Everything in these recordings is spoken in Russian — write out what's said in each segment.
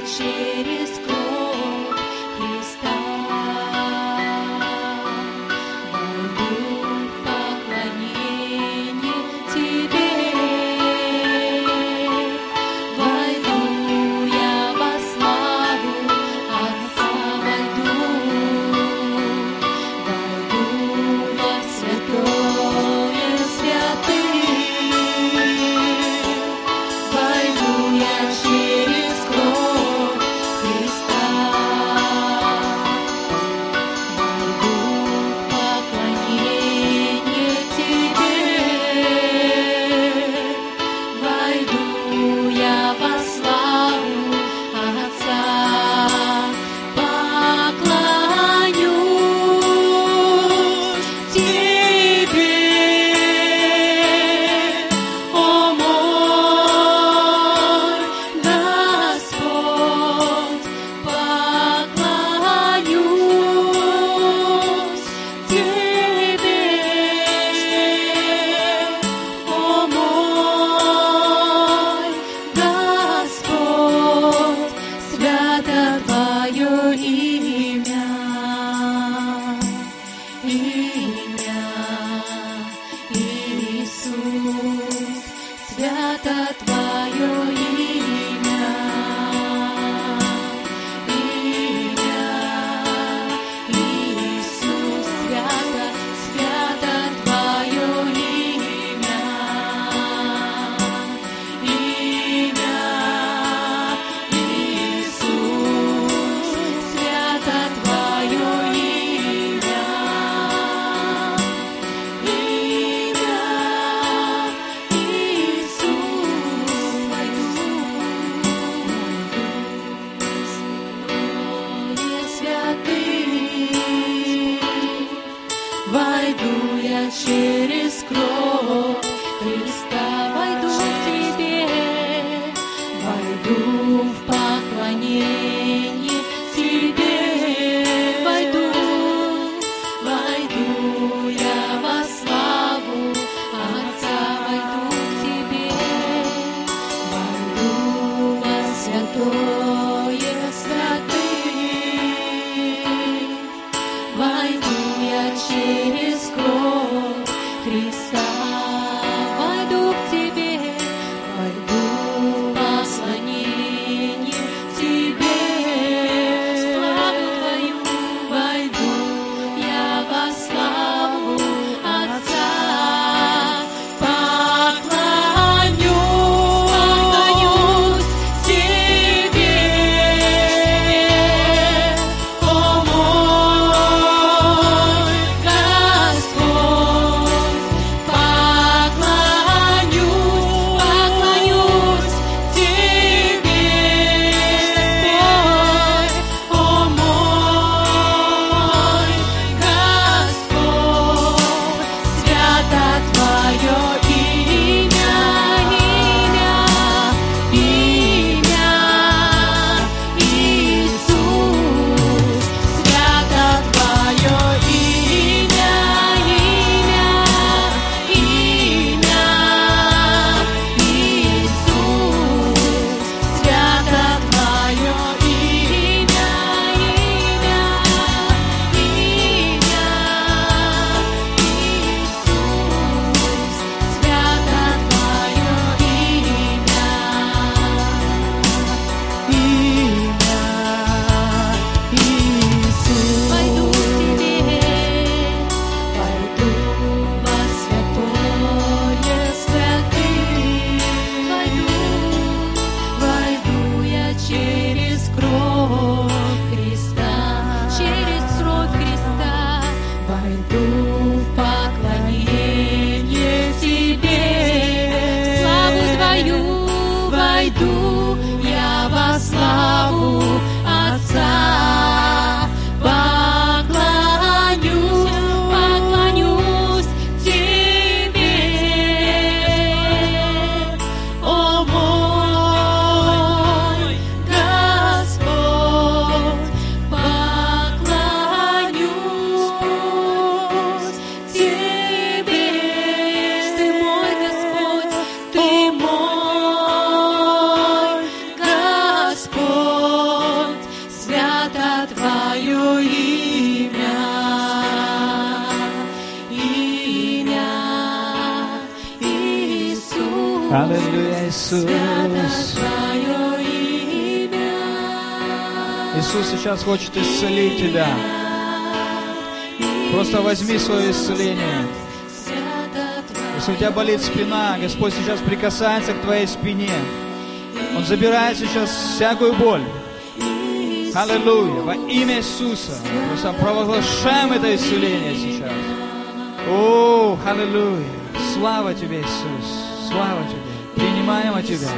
через кровь Христа. Войду в поклонение Тебе, войду я во славу Отца, войду во святое святых, войду я через кровь Христа, войду в поклонение Тебе, войду я во славу Отца, поклонюсь Тебе, о мой Господь, поклонюсь Тебе, о мой Господь, свято Твое имя, Иисус, свято Твое имя, Иисус, свято Твое имя, Иисус, свято Твое имя, войду я через кровь Христа, войду к Тебе, войду в поклонение Тебе, войду я во славу Отца, войду к Тебе, войду во святое святых, войду я через кровь Христа, войду к Тебе, войду в поклонение Тебе, Иисус. Иисус сейчас хочет исцелить тебя. Просто возьми свое исцеление. Если у тебя болит спина, Господь сейчас прикасается к твоей спине. Он забирает сейчас всякую боль. Аллилуйя. Во имя Иисуса. Просто провозглашаем это исцеление сейчас. О, аллилуйя. Слава тебе, Иисус. Слава тебе. Принимаем от тебя.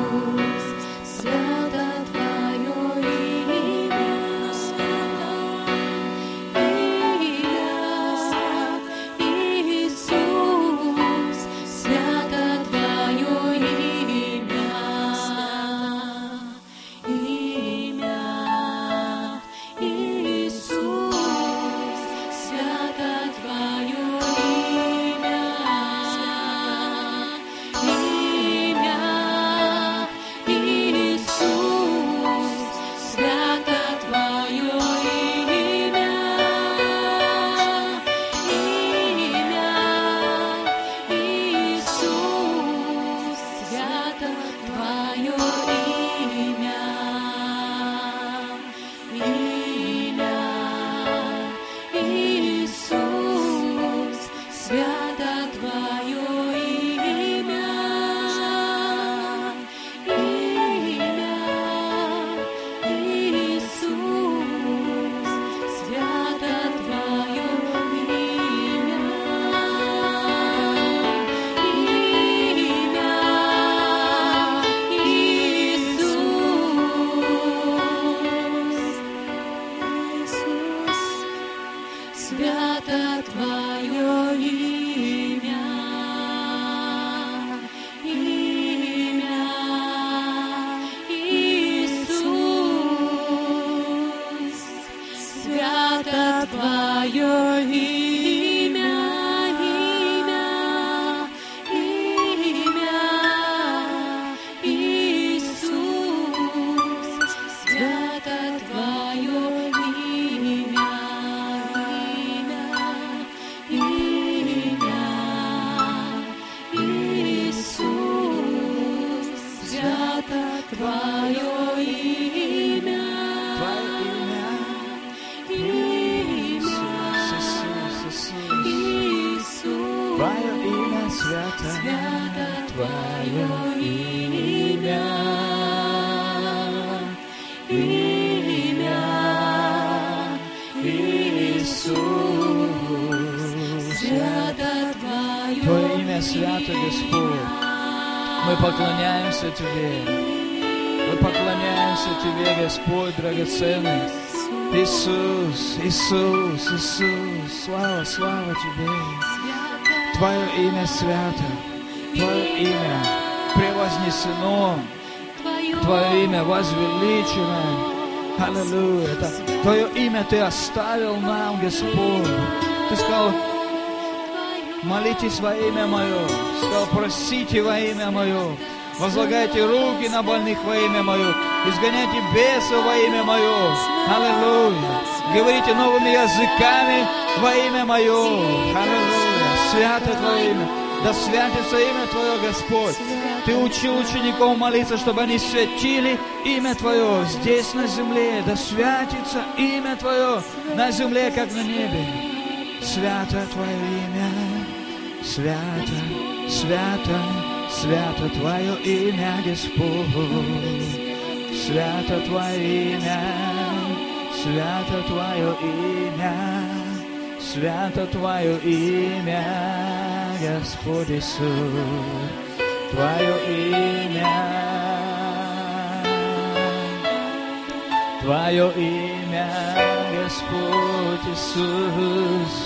Драгоценный Иисус, Иисус, Иисус, слава, слава Тебе. Твое имя свято, Твое имя превознесено, Твое имя возвеличено. Аллилуйя. Твое имя Ты оставил нам, Господь. Ты сказал, молитесь во имя Мое. Сказал, просите во имя Мое. Возлагайте руки на больных во имя Мое. Изгоняйте бесов во имя Мое. Аллилуйя. Говорите новыми языками во имя Мое. Аллилуйя. Свято Твое имя. Да святится имя Твое, Господь. Ты учил учеников молиться, чтобы они святили имя Твое здесь на земле. Да святится имя Твое на земле, как на небе. Свято Твое имя. Свято, свято, свято Твое имя, Господь. Свято Твое имя, свято Твое имя, свято Твое имя, Господь Иисус, Твое имя, Твое имя, Господь Иисус.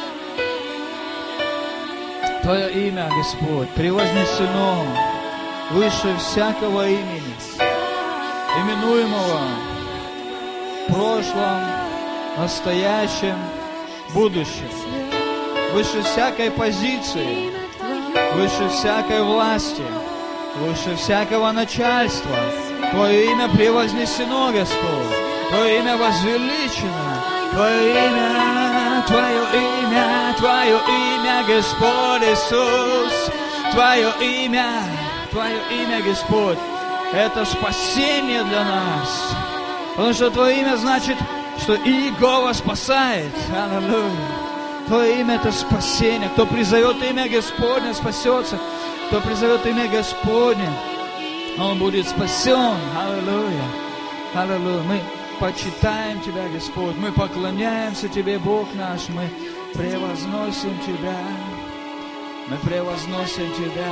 Твое имя, Господь, превознесено выше всякого имени, именуемого в прошлом, настоящем, будущем, выше всякой позиции, выше всякой власти, выше всякого начальства. Твое имя превознесено, Господь, Твое имя возвеличено, Твое имя, Твое имя, Твое имя, Господь Иисус, Твое имя, Твое имя, Господь, это спасение для нас. Потому что Твое имя значит, что Иегова спасает. Аллилуйя. Твое имя это спасение. Кто призовет имя Господне, спасется. Кто призовет имя Господне, он будет спасен. Аллилуйя. Аллилуйя. Мы почитаем Тебя, Господь. Мы поклоняемся Тебе, Бог наш. Мы превозносим Тебя. Мы превозносим Тебя.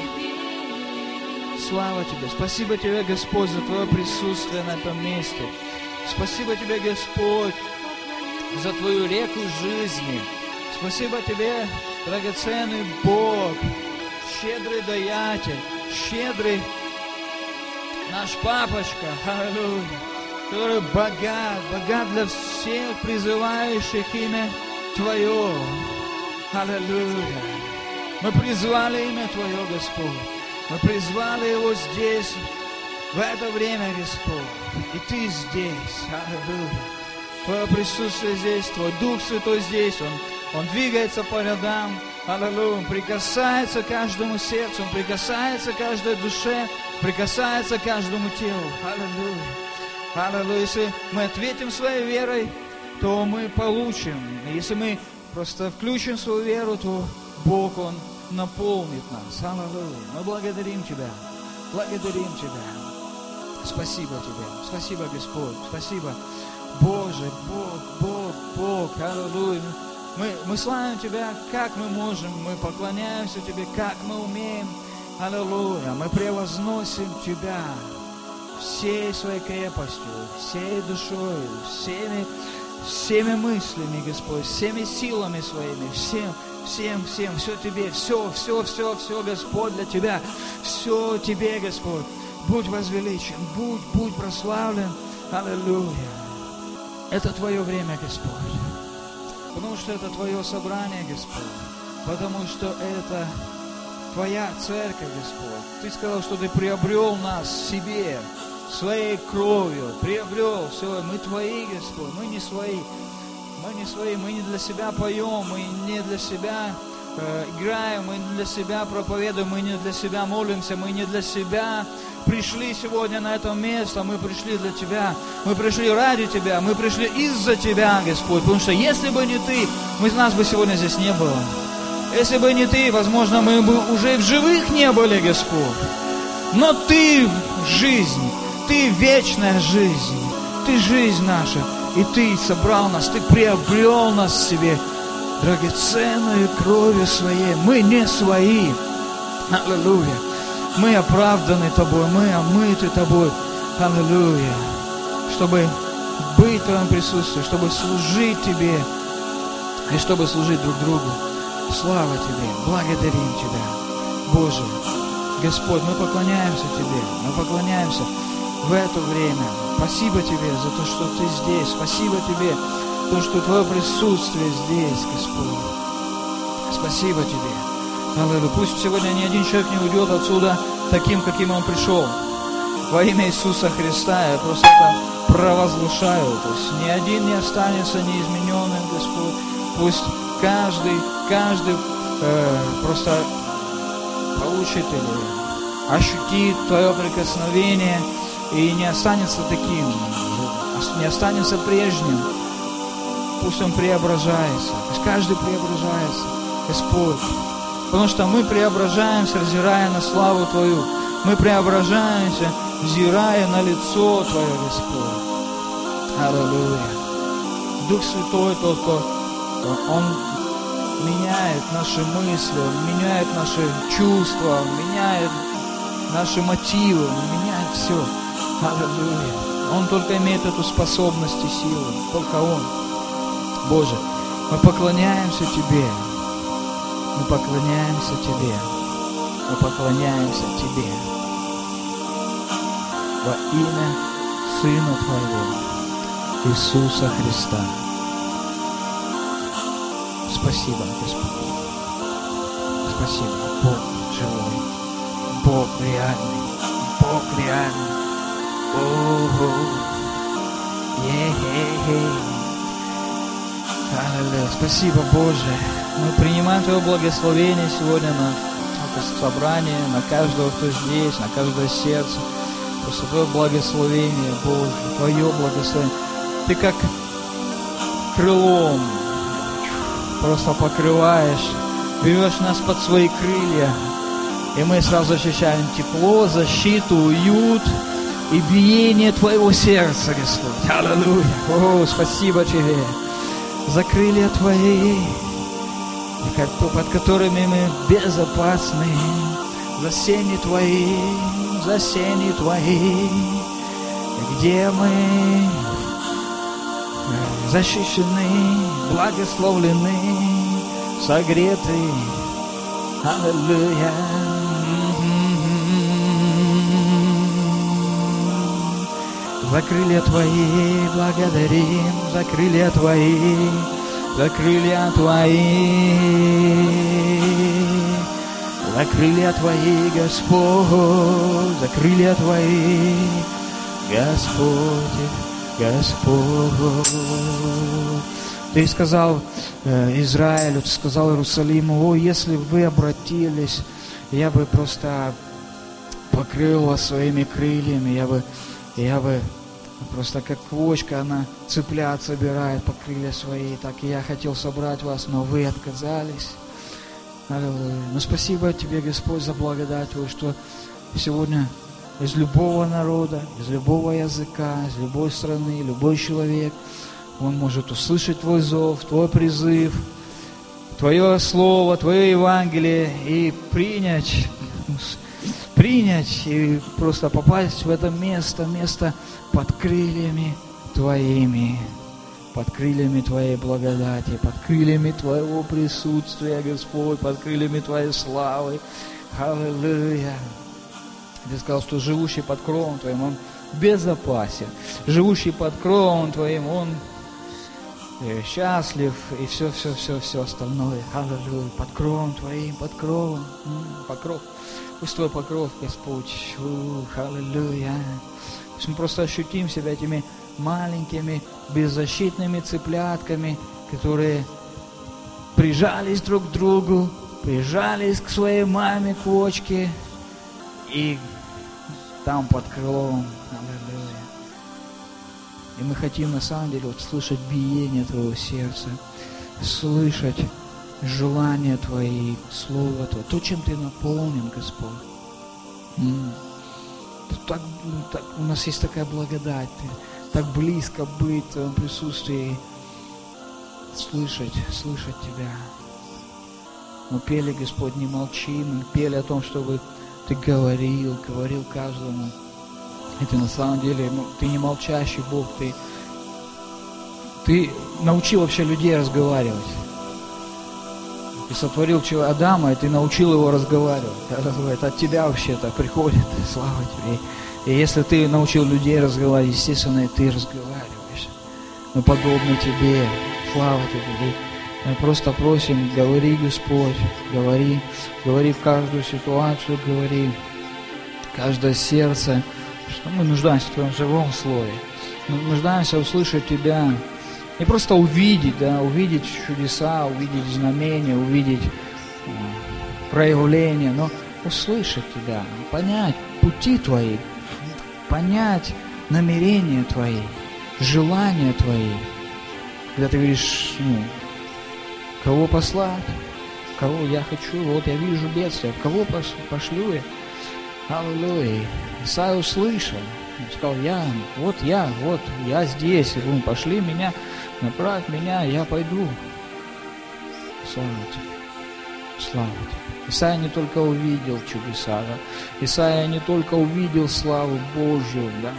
Слава Тебе. Спасибо Тебе, Господь, за Твое присутствие на этом месте. Спасибо Тебе, Господь, за Твою реку жизни. Спасибо Тебе, драгоценный Бог, щедрый даятель, щедрый наш папочка, аллилуйя, который богат для всех призывающих имя Твое. Аллилуйя. Мы призвали имя Твое, Господь. Мы призвали его здесь, в это время, Господь. И Ты здесь. Аллилуйя. Твое присутствие здесь, Твой Дух Святой здесь. Он двигается по рядам. Аллилуйя. Он прикасается к каждому сердцу. Он прикасается к каждой душе. Прикасается к каждому телу. Аллилуйя. Аллилуйя. Если мы ответим своей верой, то мы получим. Если мы просто включим свою веру, то Бог, Он наполнит нас. Аллилуйя. Мы благодарим Тебя. Благодарим Тебя. Спасибо Тебе. Спасибо, Господь. Спасибо. Боже, Бог. Аллилуйя. Мы славим Тебя, как мы можем. Мы поклоняемся Тебе, как мы умеем. Аллилуйя. Мы превозносим Тебя всей своей крепостью, всей душой, всеми мыслями, Господь, всеми силами своими, всем, все Тебе, все, Господь, для Тебя, все Тебе, Господь. Будь возвеличен, будь прославлен. Аллилуйя. Это Твое время, Господь. Потому что это Твое собрание, Господь. Потому что это Твоя церковь, Господь. Ты сказал, что Ты приобрел нас себе, своей кровью. Приобрел все. Мы Твои, Господь. Мы не свои. Мы не для себя поем, мы не для себя играем, мы не для себя проповедуем, мы не для себя молимся, мы не для себя пришли сегодня на это место, мы пришли для Тебя, мы пришли ради Тебя, мы пришли из-за Тебя, Господь, потому что если бы не Ты, нас бы сегодня здесь не было. Если бы не Ты, возможно, мы бы уже в живых не были, Господь. Но Ты жизнь, Ты вечная жизнь, Ты жизнь наша. И Ты собрал нас, Ты приобрел нас себе драгоценную кровью Своей. Мы не свои. Аллилуйя. Мы оправданы Тобой, мы омыты Тобой. Аллилуйя. Чтобы быть в Твоем присутствии, чтобы служить Тебе и чтобы служить друг другу. Слава Тебе, благодарим Тебя. Боже, Господь, мы поклоняемся Тебе, мы поклоняемся в это время. Спасибо Тебе за то, что Ты здесь. Спасибо Тебе за то, что Твое присутствие здесь, Господь. Спасибо Тебе. Аллилуйя. Пусть сегодня ни один человек не уйдет отсюда таким, каким он пришел. Во имя Иисуса Христа я просто это провозглашаю. То есть ни один не останется неизмененным, Господь. Пусть каждый просто получит или ощутит Твое прикосновение и не останется таким, не останется прежним. Пусть он преображается, пусть каждый преображается, Господь. Потому что мы преображаемся, взирая на славу Твою. Мы преображаемся, взирая на лицо Твое, Господь. Аллилуйя. Дух Святой, тот, кто Он меняет наши мысли, Он меняет наши чувства, Он меняет наши мотивы, Он меняет все. Аллилуйя. Он только имеет эту способность и силу. Только Он. Боже, мы поклоняемся Тебе. Мы поклоняемся Тебе. Мы поклоняемся Тебе. Во имя Сына Твоего, Иисуса Христа. Спасибо, Господь. Спасибо. Бог живой. Бог реальный. Бог реальный. Аллилуйя. Спасибо, Боже. Мы принимаем Твое благословение сегодня на это собрание, на каждого, кто здесь, на каждое сердце. Просто Твое благословение, Боже, Твое благословение. Ты как крылом просто покрываешь, берешь нас под свои крылья, и мы сразу ощущаем тепло, защиту, уют и биение Твоего сердца, Господь. Аллилуйя. О, спасибо Тебе за крылья Твои, под которыми мы безопасны, за сени Твои, где мы защищены, благословлены, согреты. Аллилуйя. За крылья Твои благодарим, за крылья Твои, за крылья Твои, за крылья Твои, Господь, за крылья Твои, Господь, Господь. Ты сказал Израилю, Ты сказал Иерусалиму: о, если бы вы обратились, я бы просто покрыл вас своими крыльями, я бы просто как квочка, она цыплят собирает по крылья свои, так и я хотел собрать вас, но вы отказались. Аллилуйя. Но спасибо Тебе, Господь, за благодать Твою, что сегодня из любого народа, из любого языка, из любой страны, любой человек, он может услышать Твой зов, Твой призыв, Твое Слово, Твое Евангелие и принять и просто попасть в это место под крыльями Твоими, под крыльями Твоей благодати, под крыльями Твоего присутствия, Господь, под крыльями Твоей славы. Аллилуйя. Ты сказал, что живущий под кровом Твоим, он безопасен. Живущий под кровом Твоим, он счастлив и все остальное. Аллилуйя. Под кровом Твоим, под кровом. Покров. Пусть Твой покров, Господь. Аллилуйя. Пусть мы просто ощутим себя этими маленькими, беззащитными цыплятками, которые прижались друг к другу, прижались к своей маме, квочке, и там под крылом. Аллилуйя. И мы хотим на самом деле слышать биение Твоего сердца, слышать желания Твои, Слово Твое, то, чем Ты наполнен, Господь. Так, у нас есть такая благодать, так близко быть в Твоем присутствии, слышать Тебя. Мы пели, Господь, не молчи, мы пели о том, чтобы Ты говорил каждому. И Ты на самом деле, Ты не молчащий Бог, Ты научил вообще людей разговаривать. Ты сотворил Адама, и Ты научил его разговаривать. Это от Тебя вообще-то приходит, слава Тебе. И если Ты научил людей разговаривать, естественно, и Ты разговариваешь. Мы подобны Тебе, слава Тебе. Мы просто просим, говори, Господь, говори в каждую ситуацию, говори в каждое сердце, что мы нуждаемся в Твоем живом Слове. Мы нуждаемся услышать Тебя. Не просто увидеть чудеса, увидеть знамения, увидеть проявления, но услышать Тебя, понять пути Твои, понять намерения Твои, желания Твои. Когда Ты говоришь, кого послать, кого я хочу, вот я вижу бедствие, кого пошлю я. Аллилуйя. Исайя услышал, он сказал, я здесь, и пошли меня, направь меня, я пойду. Слава Тебе, слава Тебе. Исайя не только увидел чудеса, да? Исайя не только увидел славу Божью, да?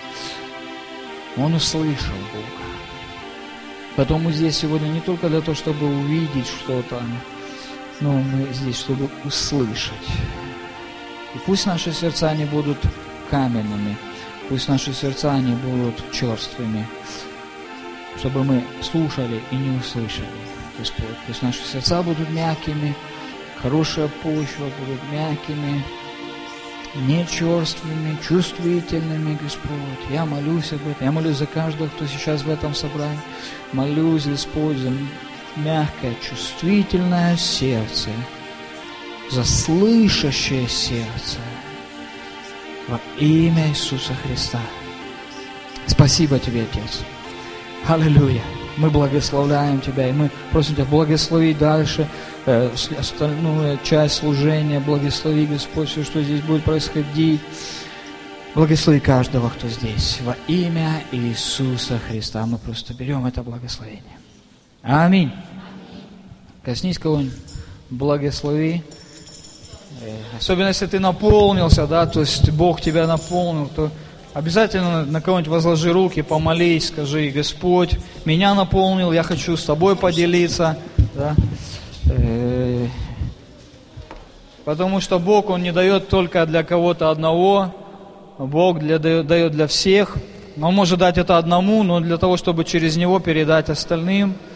Он услышал Бога. Поэтому мы здесь сегодня не только для того, чтобы увидеть что-то, но мы здесь, чтобы услышать. И пусть наши сердца не будут каменными, пусть наши сердца не будут черствыми, чтобы мы слушали и не услышали, Господь. Пусть наши сердца будут мягкими, хорошая почва будут мягкими, не черствыми, чувствительными, Господь. Я молюсь об этом. Я молюсь за каждого, кто сейчас в этом собрании. Молюсь, Господь, за мягкое, чувствительное сердце. за слышащее сердце. Во имя Иисуса Христа. Спасибо Тебе, Отец. Аллилуйя. Мы благословляем Тебя, и мы просим Тебя благословить дальше остальную часть служения. Благослови, Господь, все, что здесь будет происходить. Благослови каждого, кто здесь. Во имя Иисуса Христа мы просто берем это благословение. Аминь. Коснись кого-нибудь, благослови. Особенно, если ты наполнился, да, то есть Бог тебя наполнил, то обязательно на кого-нибудь возложи руки, помолись, скажи: Господь, меня наполнил, я хочу с тобой поделиться, да. Потому что Бог, Он не дает только для кого-то одного, Бог дает для всех. Он может дать это одному, но для того, чтобы через него передать остальным.